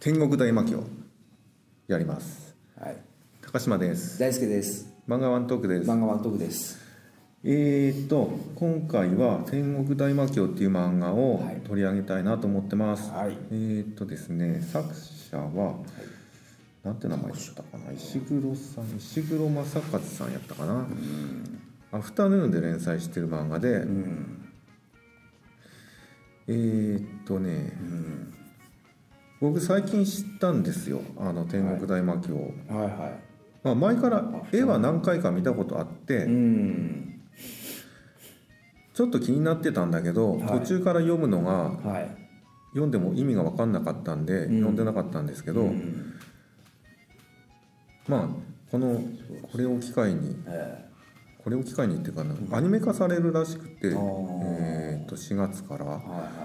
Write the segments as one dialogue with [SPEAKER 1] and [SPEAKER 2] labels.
[SPEAKER 1] 天国大魔教やります。
[SPEAKER 2] はい。
[SPEAKER 1] 高島です。
[SPEAKER 2] 大輔です。
[SPEAKER 1] 漫画ワントークです。
[SPEAKER 2] 漫画ワントークです。
[SPEAKER 1] 今回は天国大魔教っていう漫画を取り上げたいなと思ってます。
[SPEAKER 2] はい。
[SPEAKER 1] ですね、作者は、なんて名前だったかな、石黒正和さんやったかな。アフタヌーンで連載してる漫画で、僕最近知ったんですよ、天国大魔教。
[SPEAKER 2] はいはい。
[SPEAKER 1] まあ、前から絵は何回か見たことあって、ちょっと気になってたんだけど、途中から読むのが、読んでも意味が分かんなかったんで、読んでなかったんですけど、まあこれを機会にっていうかな、アニメ化されるらしくて、4月から、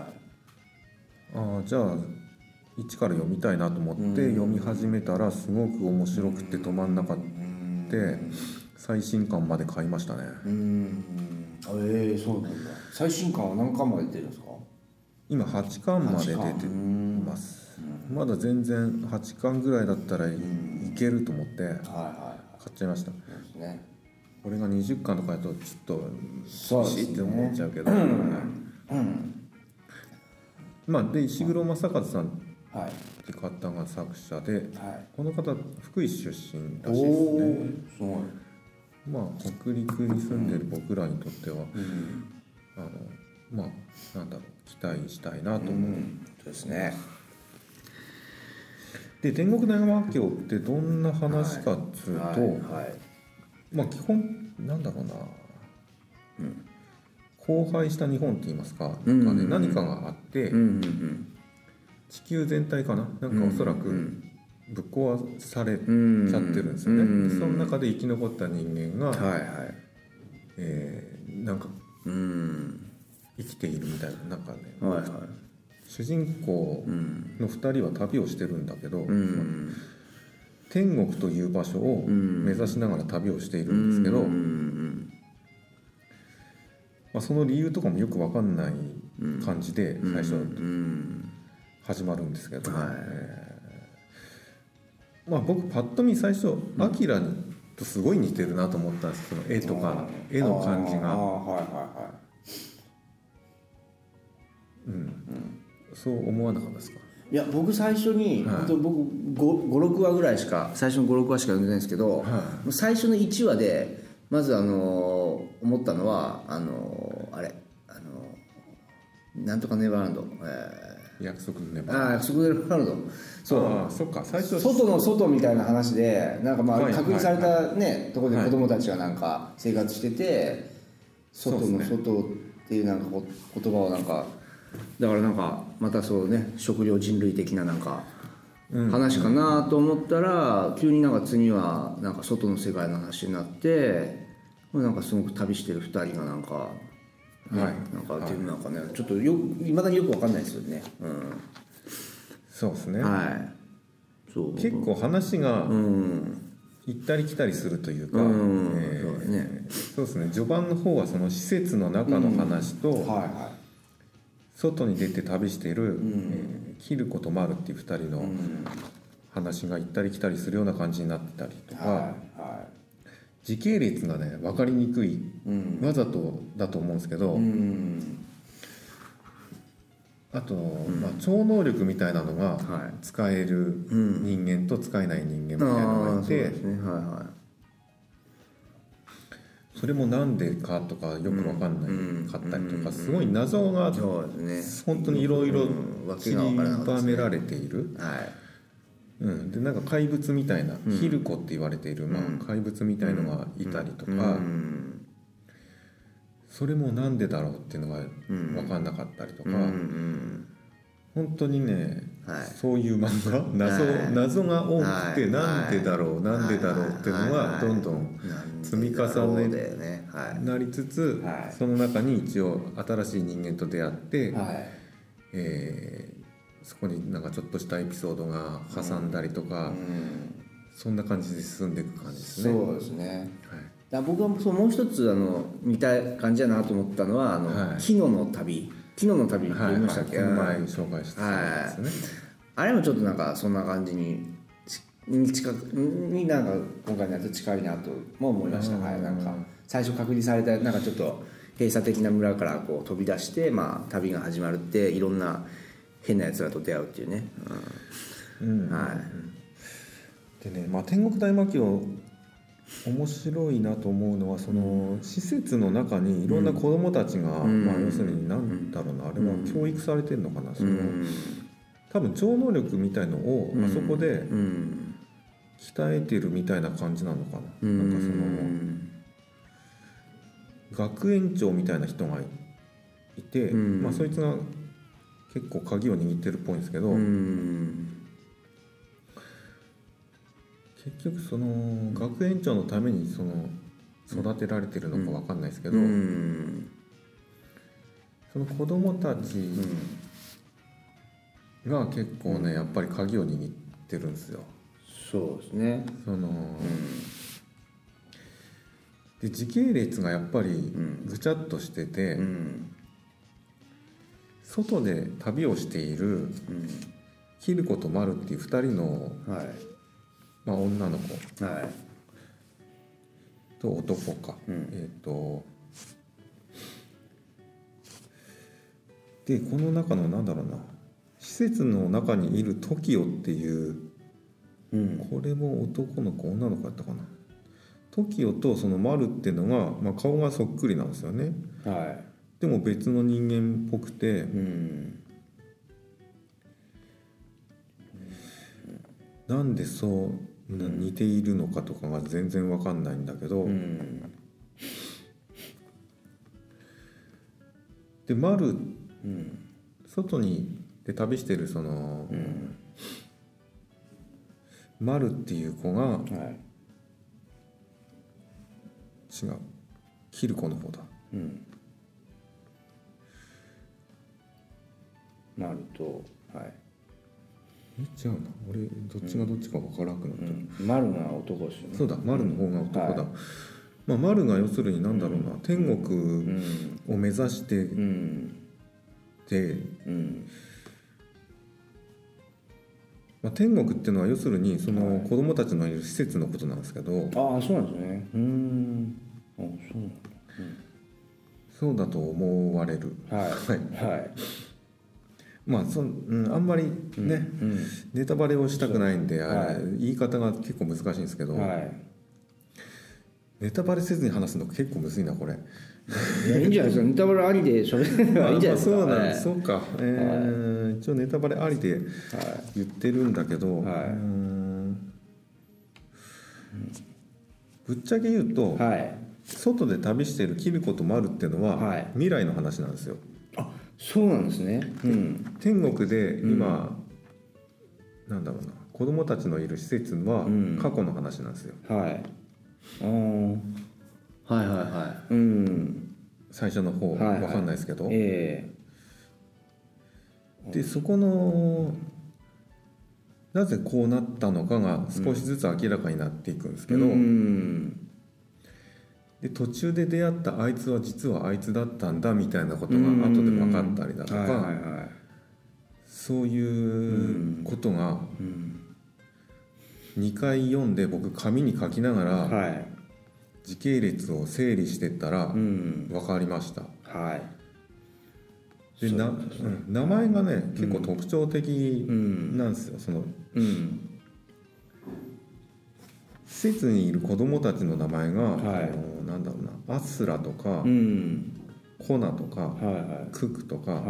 [SPEAKER 1] じゃあ一から読みたいなと思って読み始めたらすごく面白くて止まんなかった。最新刊まで買いましたね。
[SPEAKER 2] そうなんだ。最新刊は何巻まで出てるんですか？
[SPEAKER 1] 今8巻まで出てます。まだ全然8巻ぐらいだったらいけると思って買っちゃいました。これが20巻とかだとちょっと厳しいって思っちゃうけど、まあで石黒正和さんって方が作者で、この方福井出身らしいですね。
[SPEAKER 2] すごい。
[SPEAKER 1] まあ北陸に住んでる僕らにとっては、まあなんだろう、期待したいなと思う
[SPEAKER 2] ですね。
[SPEAKER 1] で天国大魔教ってどんな話かっつうと、まあ基本なんだろうな、荒廃した日本って言いますか、何かがあって、地球全体かな、なんかおそらくぶっ壊されちゃってるんですよね。その中で生き残った人間が、なんか生きているみたいな、なんかね、主人公の2人は旅をしてるんだけど、天国という場所を目指しながら旅をしているんですけど、まあ、その理由とかもよく分かんない感じで最初始まるんですけど、まあ僕パッと見最初アキラとすごい似てるなと思ったんです。その絵とか絵の感じが。そう思わなかったですか？
[SPEAKER 2] いや僕最初に、僕56話ぐらいしか、最初の56話しか読んでないんですけど、最初の1話でまず思ったのはなんとかネバーランド、
[SPEAKER 1] 約束のネバーランド。
[SPEAKER 2] 約束のネバーランド。
[SPEAKER 1] そっか、最初
[SPEAKER 2] 外の外みたいな話で、なんかまあ隔離されたね、ところで子供たちがなんか生活してて、外の外っていうなんか言葉をなんか、だからなんかまたそうね、食料人類的ななんか話かなと思ったら、急になんか次はなんか外の世界の話になって、なんかすごく旅してる2人がなんか、なんかっていうなんかね、ちょっといまだによく分かんないですよね。
[SPEAKER 1] そうですね。
[SPEAKER 2] そう
[SPEAKER 1] 結構話が行ったり来たりするというか、そうですね。序盤の方はその施設の中の話と、外に出て旅しているキルコとマルっていう2人の話が行ったり来たりするような感じになってたりとか、時系列がね分かりにくい、わざとだと思うんですけど、あと、超能力みたいなのが使える人間と使えない人間みたいなのがいて、それもなんでかとかよく分かんないかったりとか、すごい謎が本当にいろいろ散りばめられている。でなんか怪物みたいな、ヒルコって言われている、怪物みたいのがいたりとか、それもなんでだろうっていうのが分かんなかったりとか、本当にね、そういう漫画、謎が多くて、なんでだろうっていうのがどんどん積み重ねなりつつ、その中に一応新しい人間と出会って、そこになんかちょっとしたエピソードが挟んだりとか、そんな感じで進んでいく感じですね。
[SPEAKER 2] そうですね。僕はもう一つ似た感じだなと思ったのは「木のの旅」って言いましたっけ？
[SPEAKER 1] この前紹介したやつですね。
[SPEAKER 2] あれもちょっとなんかそんな感じに近くになんか今回のやつ近いなとも思いました。はい、なんか最初確立されたなんかちょっと閉鎖的な村からこう飛び出して、まあ、旅が始まるっていろんな変なやつらと出会うっていうね、
[SPEAKER 1] はい。でね、まあ、天国大魔教面白いなと思うのはその施設の中にいろんな子どもたちが、まあ、要するに何だろうな、あれは教育されてるのかな、その多分超能力みたいのをあそこで鍛えてるみたいな感じなのかな。なんかその学園長みたいな人がいて、まあ、そいつが結構鍵を握ってるっぽいんですけど、結局その学園長のためにその育てられてるのか分かんないですけど、その子供たちが結構ねやっぱり鍵を握ってるんですよ。
[SPEAKER 2] そうですね。
[SPEAKER 1] で時系列がやっぱりぐちゃっとしてて、外で旅をしているキルコとマルっていう2人の、まあ、女の子と男か、でこの中のなんだろうな、施設の中にいるTOKIOっていう、これも男の子女の子だったかな。TOKIOとそのマルっていうのが、まあ、顔がそっくりなんですよね。でも別の人間っぽくて、なんでそう似ているのかとかが全然わかんないんだけど、でマル、外にで旅してるその、マルっていう子が、違う、キルコの方だ。
[SPEAKER 2] マルと
[SPEAKER 1] 違うな、俺どっちがどっちか分からなくなってる。
[SPEAKER 2] マルが男ですよね。
[SPEAKER 1] そうだ、マルの方が男だ。まあ、マルが要するに何だろうな、天国を目指してて、まあ、天国っていうのは要するにその子供たちのいる施設のことなんですけど、
[SPEAKER 2] ああそうなんですね。そうなんだ。
[SPEAKER 1] そうだと思われる。まああんまりね、ネタバレをしたくないんで、言い方が結構難しいんですけど、ネタバレせずに話すの結構むずいなこれ。
[SPEAKER 2] いやいいんじゃないですか。ネタバレありで喋ればいいんじゃないですか。
[SPEAKER 1] そうなんです、そうか。一応ネタバレありで言ってるんだけど、ぶっちゃけ言うと、外で旅してるキルコとマルっていうのは未来の話なんですよ。
[SPEAKER 2] あ、そうなんですね。
[SPEAKER 1] 天国で今、なんだろうな、子供たちのいる施設は過去の話なんですよ。最初の方、分かんないですけど、でそこのなぜこうなったのかが少しずつ明らかになっていくんですけど、で途中で出会ったあいつは実はあいつだったんだみたいなことが後で分かったりだとか、そういうことが2回読んで僕紙に書きながら時系列を整理してったら分かりました。で名前がね結構特徴的なんですよ。その施設にいる子供たちの名前が、なんだろうな、アスラとか、コナとか、ククとか、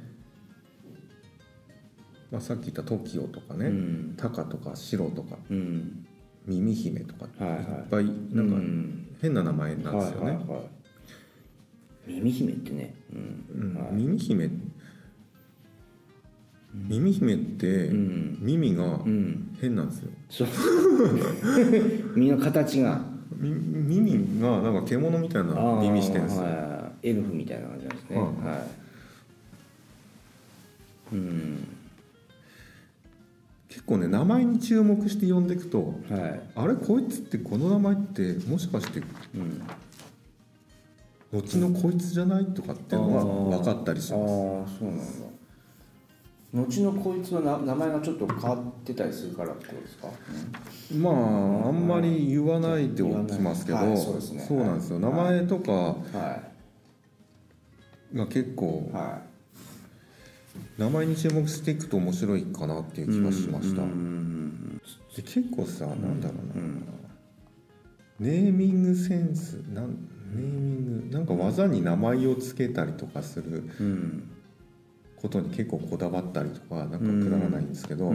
[SPEAKER 1] まあ、さっき言ったTOKIOとかね、タカとかシロとか、耳姫とか、いっぱいなんか変な名前なんですよね。
[SPEAKER 2] 耳姫ってね、
[SPEAKER 1] 耳姫って耳が変なんですよ。
[SPEAKER 2] そう耳の形が
[SPEAKER 1] 耳がなんか獣みたいな耳してるんですよ。
[SPEAKER 2] エルフみたいな感じなんですね。
[SPEAKER 1] 結構ね名前に注目して読んでいくと、あれこいつってこの名前ってもしかして、後のこいつじゃないとかっていうのが分かったりします。
[SPEAKER 2] そうなんだ。 後のこいつの名前がちょっと変わってたりするからってことですか？
[SPEAKER 1] まああんまり言わないでおきますけど、
[SPEAKER 2] そうですね、
[SPEAKER 1] そうなんですよ、名前とかが結構、名前に注目していくと面白いかなっていう気がしました。で結構さ、なんだろうな、ネーミングセンスネーミングなんか技に名前をつけたりとかすることに結構こだわったりとかなんかくだらないんですけど、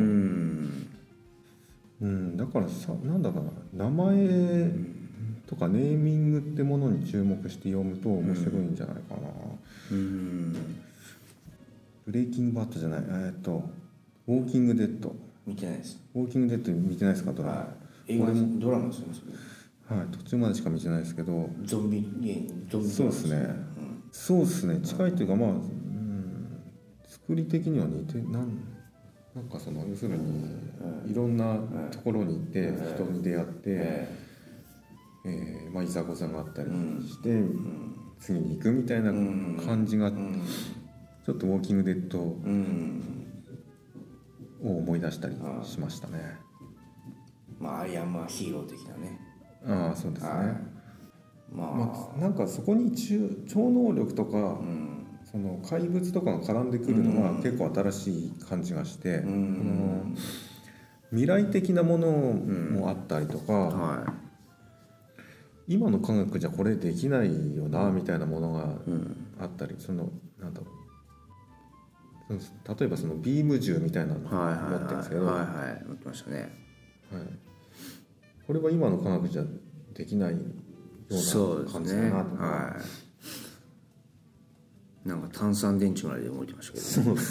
[SPEAKER 1] だからさ、なんだろうな、名前とかネーミングってものに注目して読むと面白いんじゃないかな。ブレイキングバッドじゃない、ウォーキングデッド
[SPEAKER 2] 見てないです。
[SPEAKER 1] ウォーキングデッド見てないですか？ドラマ。
[SPEAKER 2] 映画ドラマですよね。
[SPEAKER 1] はい、途中までしか見てないですけど、
[SPEAKER 2] ゾンビ
[SPEAKER 1] そうですね、そうですね、近いというか、まあ、作り的には似てなんかその要するにいろんなところに行って人に出会って、まあ、いざこざがあったりして次に行くみたいな感じがちょっとウォーキングデッドを思い出したりしましたね。
[SPEAKER 2] まあアイアンマンヒーロー的なね。
[SPEAKER 1] ああ、そうですね。まあなんかそこに超能力とか、その怪物とかが絡んでくるのが結構新しい感じがして、未来的なものもあったりとか、今の科学じゃこれできないよなみたいなものがあったり、そのなんだろう、例えばそのビーム銃みたいなの持ってるんですけど、持
[SPEAKER 2] ってましたね。
[SPEAKER 1] これは今の科学じゃできないような感じだなとか。
[SPEAKER 2] なんか炭酸電池まで動いてましたけど、ね、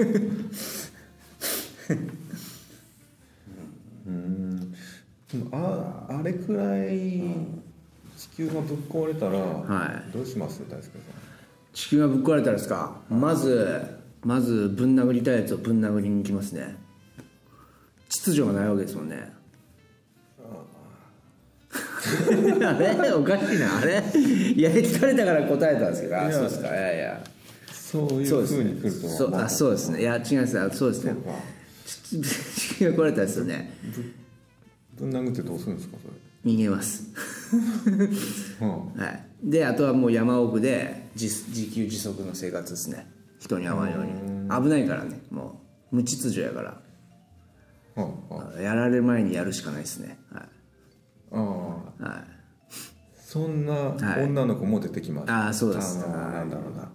[SPEAKER 1] あれくらい地球がぶっ壊れたらどうします？大輔さん。
[SPEAKER 2] 地球がぶっ壊れたらですか？まずぶん殴りたいやつをぶん殴りに行きますね。秩序がないわけですもんね。あれおかしいな、あれいや聞かれたから答えたんですけど、そうですか、いや
[SPEAKER 1] そういう風に来ると
[SPEAKER 2] そうですね、いや違います、そうですね、地球が壊れたんですよね。
[SPEAKER 1] ぶん殴ってどうするんですか？そ
[SPEAKER 2] れ逃げます、であとはもう山奥で自給自足の生活ですね。人に会わんように、危ないからね、もう無秩序やから、やられる前にやるしかないですね。
[SPEAKER 1] そんな女の子も出てきます。
[SPEAKER 2] そうです。
[SPEAKER 1] なんだろうな、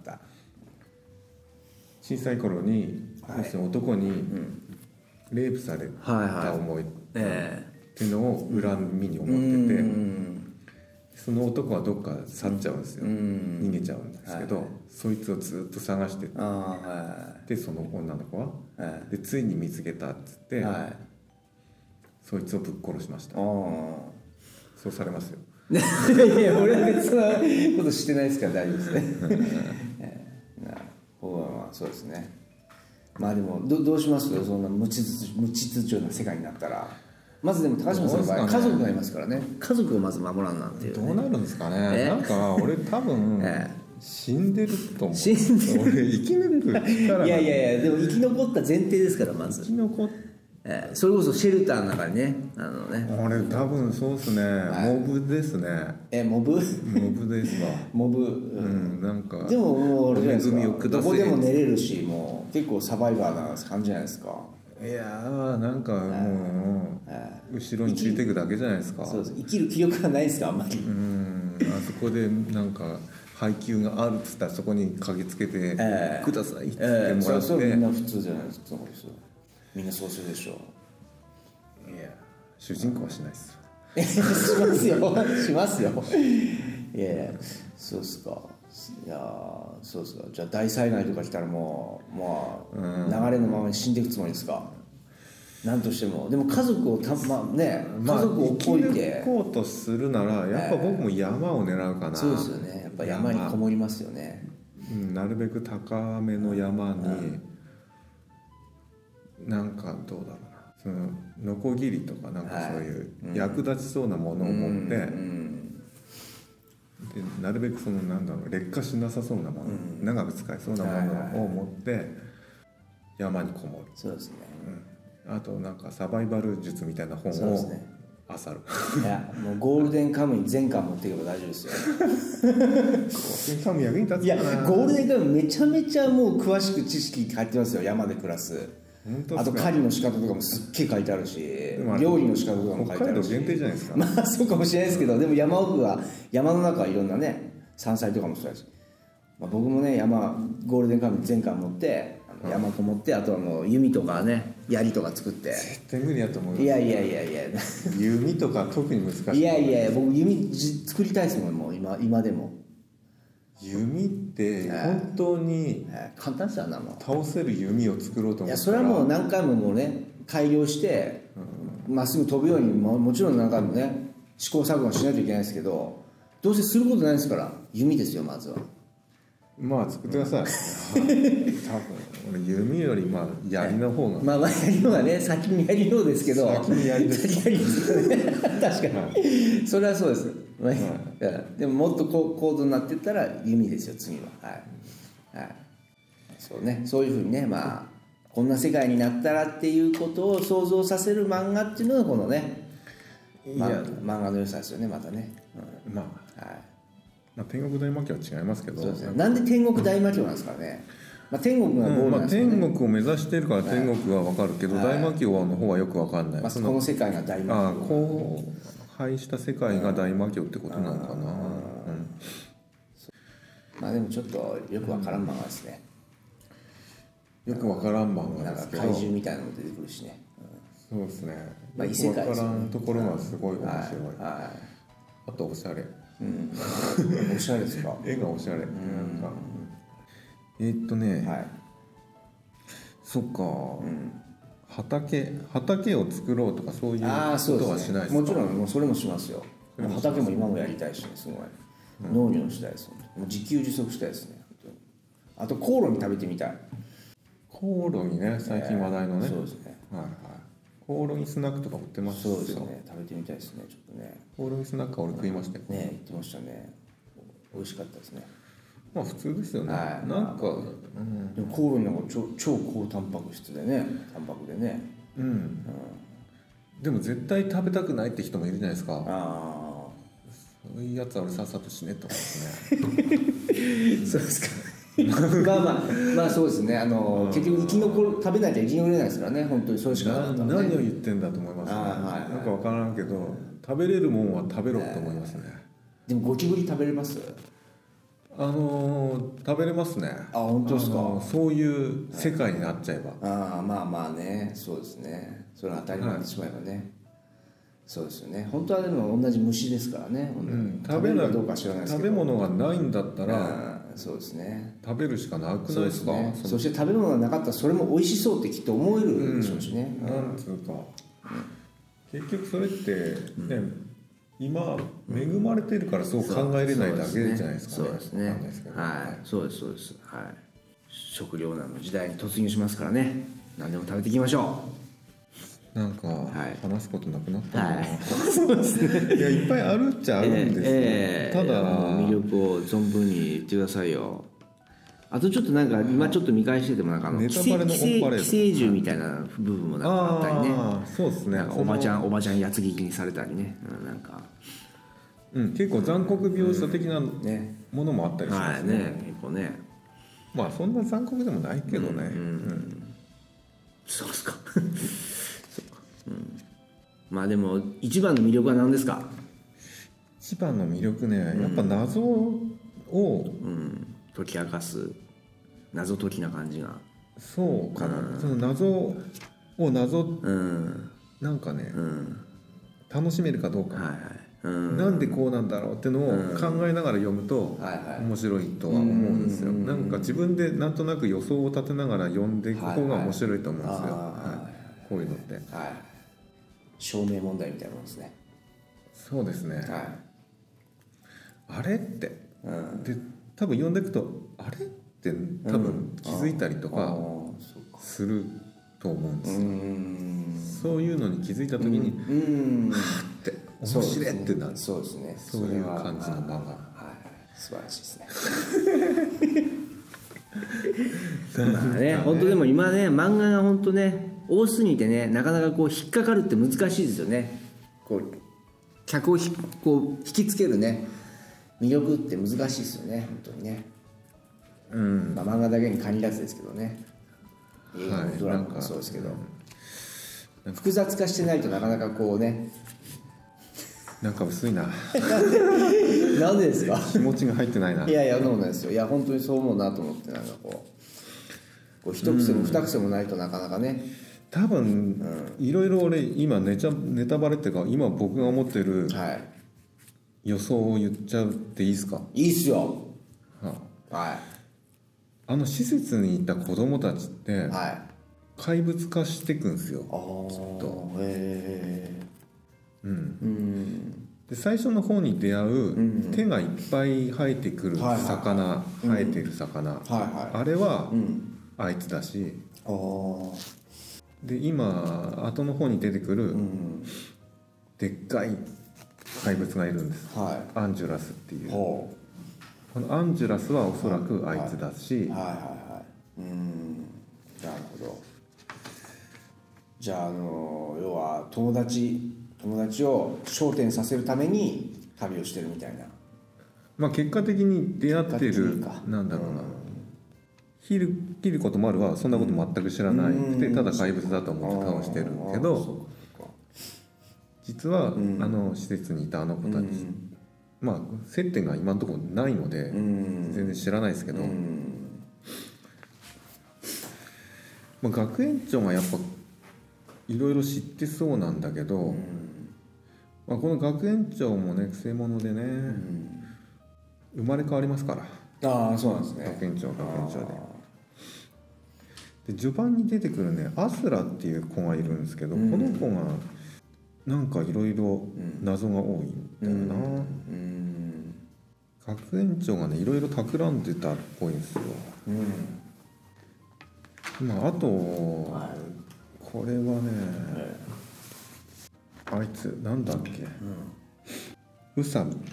[SPEAKER 1] 小さい頃に男にレイプされた思いっていうのを恨みに思ってて、その男はどっか去っちゃうんですよ、逃げちゃうんですけど、そいつをずっと探してでその女の子はでついに見つけたっつって、そいつをぶっ殺しました。そうされますよ。
[SPEAKER 2] いや俺は別なことしてないですから大丈夫ですね。そうですね。まあでもどうしますよ、そんな無秩序な世界になったら。まずでも高島さんの場合、家族がいますからね。家族をまず守らんなんていう、
[SPEAKER 1] どうなるんですかね。なんか俺多分死んでると思う。
[SPEAKER 2] 死んでる。
[SPEAKER 1] 俺生き抜く力が。
[SPEAKER 2] いやでも生き残った前提ですから。まず
[SPEAKER 1] 生き残っ
[SPEAKER 2] それこそシェルターの中にね、
[SPEAKER 1] 俺多分そうっすね、モブですね。
[SPEAKER 2] モブ
[SPEAKER 1] ですわ。
[SPEAKER 2] モブ、
[SPEAKER 1] なんか
[SPEAKER 2] でももう俺じゃないですか、どこでも寝れるし、もう結構サバイバーな感じじゃないですか。
[SPEAKER 1] いやなんかもう後ろについていくだけじゃないですか。
[SPEAKER 2] そうです。生きる気力がないですか、あんまり。
[SPEAKER 1] あそこでなんか配給があるっつったらそこに駆けつけてくださいって言ってもらって、
[SPEAKER 2] そうみんな普通じゃないですか。みんなそうするでしょう。
[SPEAKER 1] いや主人公はしないっす。
[SPEAKER 2] しますよいやそうっすか。いやそうっすか。じゃあ大災害とか来たらもう流れのままに死んでいくつもりですか。何としても。でも家族を家族を置いて
[SPEAKER 1] 生き抜こうとするならやっぱ僕も山を狙うかな。
[SPEAKER 2] そうですよね。やっぱ山にこもりますよね。
[SPEAKER 1] なるべく高めの山に、なんかどうだろうな、そのノコギリとかなんかそういう役立ちそうなものを持って、でなるべくそのなんだろう、劣化しなさそうなもの、長く使えそうなものを持って山にこもる。
[SPEAKER 2] そうですね、
[SPEAKER 1] あとなんかサバイバル術みたいな本を漁る。
[SPEAKER 2] いやもうゴールデンカムイ全巻持っていけば大丈夫ですよ。
[SPEAKER 1] ゴールデンカムイ役に立つかな。
[SPEAKER 2] いやゴールデンカムイめちゃめちゃもう詳しく知識書いてますよ。山で暮らす、あと狩りの仕方とかもすっげえ書いてあるし、料理の仕方とかも書いてあるし。
[SPEAKER 1] 北海道限定じゃないですか。
[SPEAKER 2] まあそうかもしれないですけど、でも山奥は山の中はいろんなね山菜とかもそうだし、僕もねゴールデンカムイ全巻持って山こもって、あとはもう弓とかね槍とか作って。
[SPEAKER 1] 絶対無理やと思います。
[SPEAKER 2] いや
[SPEAKER 1] 弓とか特に難しい。
[SPEAKER 2] いや僕弓作りたいですもん、もう今でも。
[SPEAKER 1] 弓って本当に
[SPEAKER 2] 簡単ですよ、もう
[SPEAKER 1] 倒せる弓を作ろうと思ったら、
[SPEAKER 2] いやそれはもう何回ももうね改良してまっすぐ飛ぶようにもちろん何回もね試行錯誤しないといけないですけど、どうせすることないですから弓ですよ、まずは。
[SPEAKER 1] まあ作ってください。多分俺弓より槍の方が、
[SPEAKER 2] 槍の方がね先に槍の方ですけど、
[SPEAKER 1] 先に槍です。
[SPEAKER 2] 先ですね確かに、それはそうです。でももっと高度になっていったら弓ですよ、次は。そうね、そういうふうにね、こんな世界になったらっていうことを想像させる漫画っていうのがこのね、漫画の良さですよね、またね。
[SPEAKER 1] 天国大魔教は違いますけど、
[SPEAKER 2] そうですね、なんで天国大魔教なんですかね。天国がゴールなんですかね。
[SPEAKER 1] 天国を目指しているから天国は分かるけど、大魔教の方はよく分かんない。
[SPEAKER 2] この世界が大魔教、
[SPEAKER 1] 荒廃した世界が大魔教ってことなのかな。
[SPEAKER 2] でもちょっとよく分からん漫画ですね。
[SPEAKER 1] よく分からん漫画ですけど、
[SPEAKER 2] 怪獣みたいなのも出てくるしね。
[SPEAKER 1] そうですね。
[SPEAKER 2] 異世界ですよね。
[SPEAKER 1] 分からんところがすごい面白い。あとおしゃれ。
[SPEAKER 2] おしゃれですか。
[SPEAKER 1] 絵がおしゃれ。なんかそっか。畑を作ろうとかそういうことはしないですか。
[SPEAKER 2] もちろんもうそれもしますよ。畑も今もやりたいしね、すごい。農業したいです。もう自給自足したいですね。あとコオロギ食べてみたい。
[SPEAKER 1] コオロギね、最近話題のね。
[SPEAKER 2] そうですね。
[SPEAKER 1] コオロギスナックとか売ってます
[SPEAKER 2] よ。そうですね。食べてみたいですね、ちょっとね。
[SPEAKER 1] コオロギスナックは俺食いましたよ。
[SPEAKER 2] ね、言ってましたね。美味しかったですね。
[SPEAKER 1] 普通ですよね。なんか
[SPEAKER 2] でもコオロギなんか超高タンパク質でね、タンパクでね。
[SPEAKER 1] でも絶対食べたくないって人もいるじゃないですか。そういうやつは俺さっさと死ねって思いますね。
[SPEAKER 2] そうですか。そうですね。結局食べなきゃ生き残れないですからね、本当にそれしかなかったらね。
[SPEAKER 1] 何を言ってんだと思いますね。なんか分からんけど、食べれるもんは食べろって思いますね。
[SPEAKER 2] でもゴキブリ食べれます？
[SPEAKER 1] 食べれますね。
[SPEAKER 2] 本当ですか。
[SPEAKER 1] そういう世界になっちゃえば。
[SPEAKER 2] ね、そうですね。それは当たり前になってしまえばね。そうですよね。本当はでも同じ虫ですからね。食べるかどうか知らないですけど。
[SPEAKER 1] 食べ物がないんだったら、
[SPEAKER 2] そうですね。
[SPEAKER 1] 食べるしかなくないですか。
[SPEAKER 2] そして食べ物がなかったらそれも美味しそうってきっと思えるでしょうしね。
[SPEAKER 1] なんつうか。結局それってね、今恵まれてるからそう考えれないだけじゃないですかね。
[SPEAKER 2] そうですね。そうですそうです。食糧難の時代に突入しますからね。何でも食べていきましょう。
[SPEAKER 1] なんか話すことなくなったな。そうですね。いやいっぱいあるっちゃあるんですよ。ただ
[SPEAKER 2] 魅力を存分に言ってくださいよ。あとちょっとなんか今ちょっと見返しててもなんか
[SPEAKER 1] ネタバレのオンパレード、
[SPEAKER 2] 寄生獣みたいな部分もなんかあったりね。
[SPEAKER 1] そうですね。
[SPEAKER 2] おばちゃんやつぎきにされたりね。なんか
[SPEAKER 1] 結構残酷描写的なものもあったりしますね。
[SPEAKER 2] 結構ね。
[SPEAKER 1] そんな残酷でもないけどね。
[SPEAKER 2] そうですか。でも一番の魅力は何ですか。
[SPEAKER 1] 一番の魅力ね、やっぱ謎を
[SPEAKER 2] 解き明かす謎解きな感じが。
[SPEAKER 1] そうかな。その謎なんかね、楽しめるかどうか。なんでこうなんだろうってのを考えながら読むと面白いとは思うんですよ。なんか自分でなんとなく予想を立てながら読んでいく方が面白いと思うんですよ。こういうのって。
[SPEAKER 2] 証明問題みたいなもんですね。
[SPEAKER 1] そうですね。あれって、で多分読んでいくとあれって多分気づいたりとかすると思うんですよ。そういうのに気づいた時にはーって面白いってなる。
[SPEAKER 2] そうですね。
[SPEAKER 1] そういう感じの漫画。
[SPEAKER 2] 素晴らしいですね。 まあね本当でも今ね漫画が本当ね多すぎてねなかなかこう引っかかるって難しいですよね。こう客をこう引きつけるね魅力って難しいですよね本当にね。まあ漫画だけに限らずですけどね。映画もドラマもそうですけど、複雑化してないとなかなかこうね。
[SPEAKER 1] なんか薄いな。
[SPEAKER 2] なんでですか。
[SPEAKER 1] 気持ちが入ってないな。
[SPEAKER 2] いやいやそうなんですよ。いや本当にそう思うなと思ってなんかこう一癖も二癖もないとなかなかね。
[SPEAKER 1] 多分、いろいろ俺今ネタバレっていうか今僕が思ってる予想を言っちゃうっていいですか。
[SPEAKER 2] いいっすよ。
[SPEAKER 1] はい。施設にいた子供たちって、怪物化していくんですよ。ずっと。で最初の方に出会う、手がいっぱい生えてくる魚、生えてる魚、あれは、あいつだし、で今後の方に出てくる、でっかい怪物がいるんです、アンジュラスっていう。このアンジュラスはおそらくあいつだし、
[SPEAKER 2] なるほど。じゃあ要は友達を焦点させるために旅をしてるみたいな。
[SPEAKER 1] まあ結果的に出会ってるなんだろうな、キリコとマルはそんなこと全く知らなくて、ただ怪物だと思って倒してるけど、実は施設にいたあの子たち、まあ接点が今のところないので全然知らないですけど、まあ、学園長がやっぱいろいろ知ってそうなんだけど、まあ、この学園長もねくせ者でね、生まれ変わりますから。
[SPEAKER 2] そうなんですね。
[SPEAKER 1] 学園長で序盤に出てくるねアスラっていう子がいるんですけど、この子がなんかいろいろ謎が多いんだよな。学園長がねいろいろ企んでたっぽいんですよ。まああと、これはね、あいつなんだっけ、宇佐美。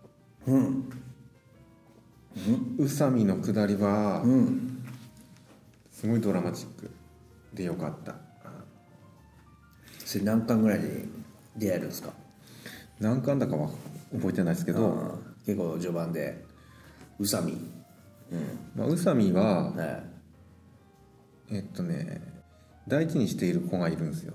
[SPEAKER 1] 宇佐美の下りは、すごいドラマチックでよかった。
[SPEAKER 2] それ何巻ぐらいで出会えるんですか。
[SPEAKER 1] 何巻だかは覚えてないですけど、
[SPEAKER 2] 結構序盤で宇佐美、
[SPEAKER 1] まあ、宇佐美は、大事にしている子がいるんですよ。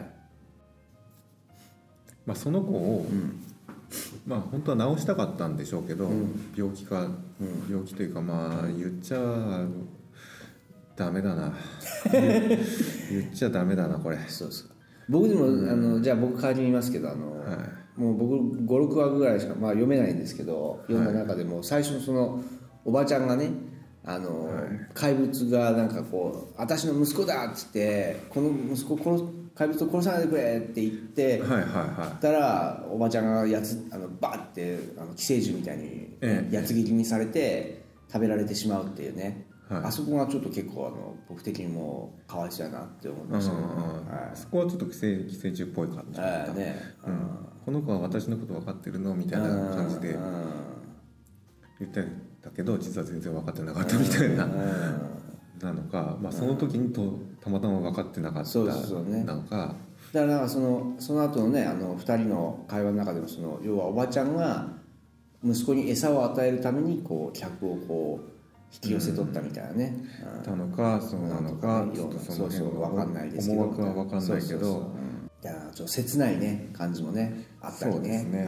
[SPEAKER 1] まあ、その子を、まあ本当は治したかったんでしょうけど、病気というかまあ言っちゃダメだな言っちゃダメだなこれ。
[SPEAKER 2] そうですか。僕でも、じゃあ僕代わりに言いますけどもう僕5、6話ぐらいしか、まあ、読めないんですけど、読んだ中でも最初のそのおばちゃんがね怪物がなんかこう私の息子だっつってこの息子怪物を殺さないでくれって言ってたらおばちゃんがバッて寄生獣みたいに矢継ぎにされて食べられてしまうっていうね、あそこがちょっと結構僕的にもかわいそうやなって思いましたけど、
[SPEAKER 1] そこはちょっと寄生獣っぽい感じだった、この子は私のこと分かってるのみたいな感じで言ってたけど実は全然分かってなかったみたいなのか、まあ、その時にたまたま分かってなかったなのか。
[SPEAKER 2] だからその後のね2人の会話の中でも要はおばちゃんが息子に餌を与えるためにこう客をこう引き寄せ取ったみたいなね、
[SPEAKER 1] たのかそうなのかちょっとその辺の
[SPEAKER 2] 分かんないですけど、
[SPEAKER 1] 思惑は分かんないけど、
[SPEAKER 2] いやちょっと切ないね感じもねあったりね。そうですね、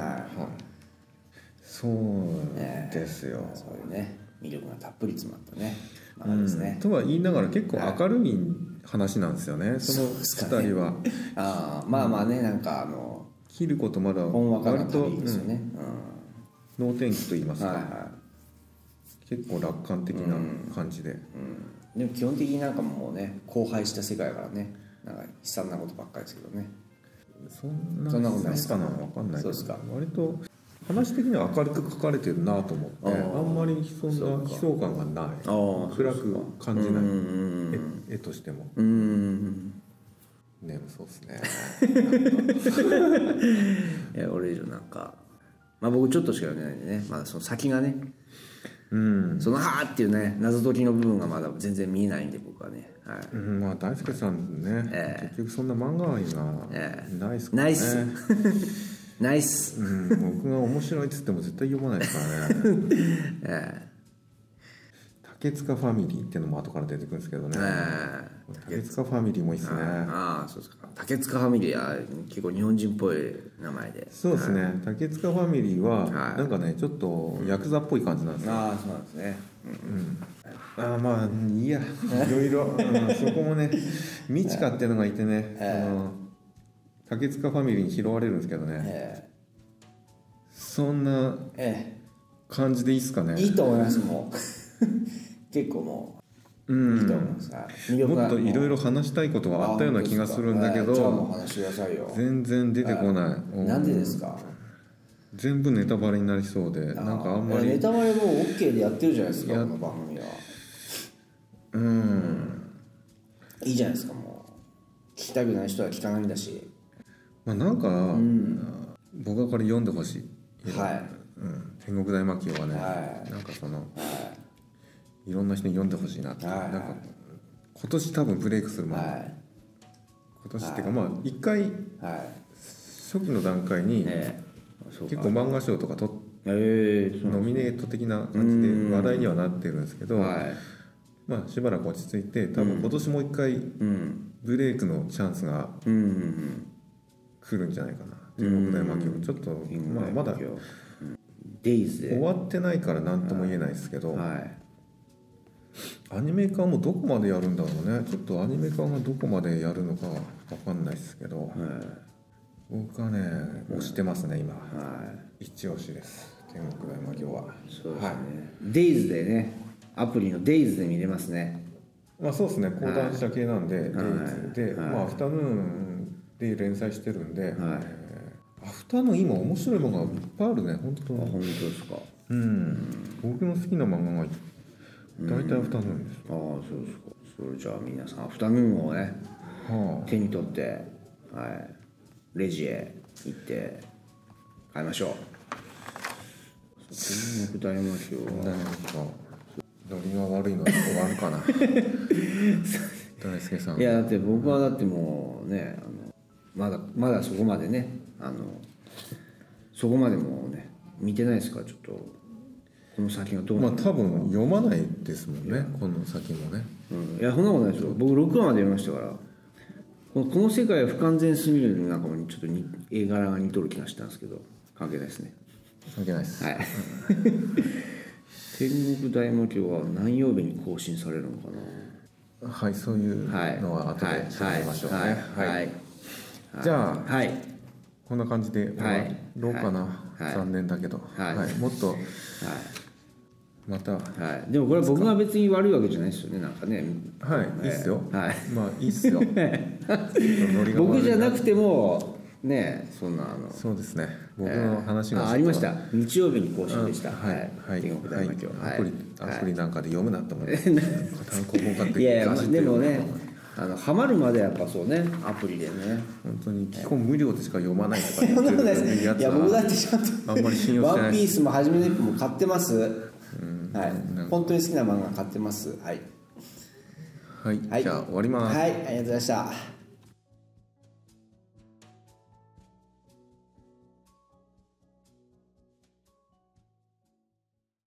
[SPEAKER 1] そうですよ、
[SPEAKER 2] そういうね魅力がたっぷり詰まったね漫画ですね。
[SPEAKER 1] とは言いながら結構明るい話なんですよね、その2人は。
[SPEAKER 2] まあまあねなんか
[SPEAKER 1] 切ることまだ
[SPEAKER 2] 割とですよね、
[SPEAKER 1] 能天気と言いますか、結構楽観的な感じで、
[SPEAKER 2] でも基本的になんかもうね荒廃した世界だからねなんか悲惨なことばっかりですけどね。
[SPEAKER 1] そんなことないですかな、分かんないけど割と話的には明るく書かれてるなと思って、あんまりそんな悲壮感がない、暗く感じない、絵としても。ね、そうですね。
[SPEAKER 2] いや俺以上なんか、まあ僕ちょっとしか読んでないんでね、まだその先がねそのはーっていうね謎解きの部分がまだ全然見えないんで僕はね、はい、
[SPEAKER 1] まあ大輔さんね、結局そんな漫画愛がないっすからね、
[SPEAKER 2] ナイスナイス、
[SPEAKER 1] 僕が面白いっつっても絶対読まないですからね、竹塚ファミリーっていうのも後から出てくるんですけどね、竹塚ファミリーもいいっすね。
[SPEAKER 2] ああそうですか。竹塚ファミリーは結構日本人っぽい名前で。
[SPEAKER 1] そうですね、竹塚ファミリーはなんかねちょっとヤクザっぽい感じなんですよ。
[SPEAKER 2] ああそうなんですね。
[SPEAKER 1] まあいいや、いろいろ、そこもねミチカっていうのがいてね、竹塚ファミリーに拾われるんですけどね、そんな感じでいいっすかね。
[SPEAKER 2] いいと思います。もう結構もういいと思います。
[SPEAKER 1] もっといろいろ話したいことがあったような気がするんだけど、
[SPEAKER 2] じゃあもう話してくださいよ。
[SPEAKER 1] 全然出てこない。
[SPEAKER 2] なんでですか。
[SPEAKER 1] 全部ネタバレになりそうで、なんかあんまり
[SPEAKER 2] ネタバレもう OK でやってるじゃないですか、この番組は。いいじゃないですか。もう聞きたくない人は聞かないんだし、
[SPEAKER 1] なんか、僕はこれ読んでほしい。天国大魔教はね、なんかその、いろんな人に読んでほしいなって、なんか今年多分ブレイクする漫画、今年っていうかまあ一回、初期の段階に、結構漫画賞とかノミネート的な感じで話題にはなってるんですけど、まあしばらく落ち着いて多分今年もう一回ブレイクのチャンスが来るんじゃないかな。天国大魔教ちょっとまだ終わってないから何とも言えないですけど、アニメ化もどこまでやるんだろうね。ちょっとアニメ化がどこまでやるのか分かんないですけど、僕はね推してますね今、一押しです、天国大魔教は。
[SPEAKER 2] そうですね、デイズでね、アプリのデイズで見れますね。
[SPEAKER 1] そうですね、講談社系なんで、デイズで、アフタヌーンで連載してるんで、アフタヌーン今面白いものがいっぱいあるね、本当。
[SPEAKER 2] 本当ですか。
[SPEAKER 1] 僕の好きな漫画が大体アフタヌーンです。
[SPEAKER 2] そうですか。それじゃあ皆さんアフタヌーンをね、手に取って、レジへ行って買いましょう。天国大魔教は
[SPEAKER 1] ノリが悪いので終わるかな大輔さん。
[SPEAKER 2] いやだって僕はだってもうね、まだそこまでね、そこまでもね見てないですから、ちょっとこの先がどうなるのか。
[SPEAKER 1] 多分読まないですもんね、この先もね。
[SPEAKER 2] いやそんなことないですよ。僕6話まで読みましたから、この世界は不完全すぎるなんかもちょっと絵柄が似とる気がしたんですけど、関係ないですね。
[SPEAKER 1] 関係ないです。
[SPEAKER 2] 天国大魔教は何曜日に更新されるのかな。
[SPEAKER 1] そういうのは後で調べましょうね。じゃあ、こんな感じで終わろうかな。残念だけど、もっとまた、
[SPEAKER 2] でもこれは僕が別に悪いわけじゃないですよね、なんかね。
[SPEAKER 1] いいっすよ。いいっすよ。
[SPEAKER 2] 僕じゃなくてもね、そんな
[SPEAKER 1] そうですね、僕の話が
[SPEAKER 2] ありました。日曜日に更新でした。天国大魔教。
[SPEAKER 1] アプリなんかで読むなと思って単行本買って。
[SPEAKER 2] いやでもね、ハマるまでやっぱそうね、アプリでね。
[SPEAKER 1] 本当に基本無料でしか読まないとか言って
[SPEAKER 2] るやつは、いや僕だってちゃんと
[SPEAKER 1] あんまり信用してない。
[SPEAKER 2] ワンピースも初めの一歩も買ってます。本当に好きな漫画買ってます。
[SPEAKER 1] じゃあ終わります。
[SPEAKER 2] ありがとうございました。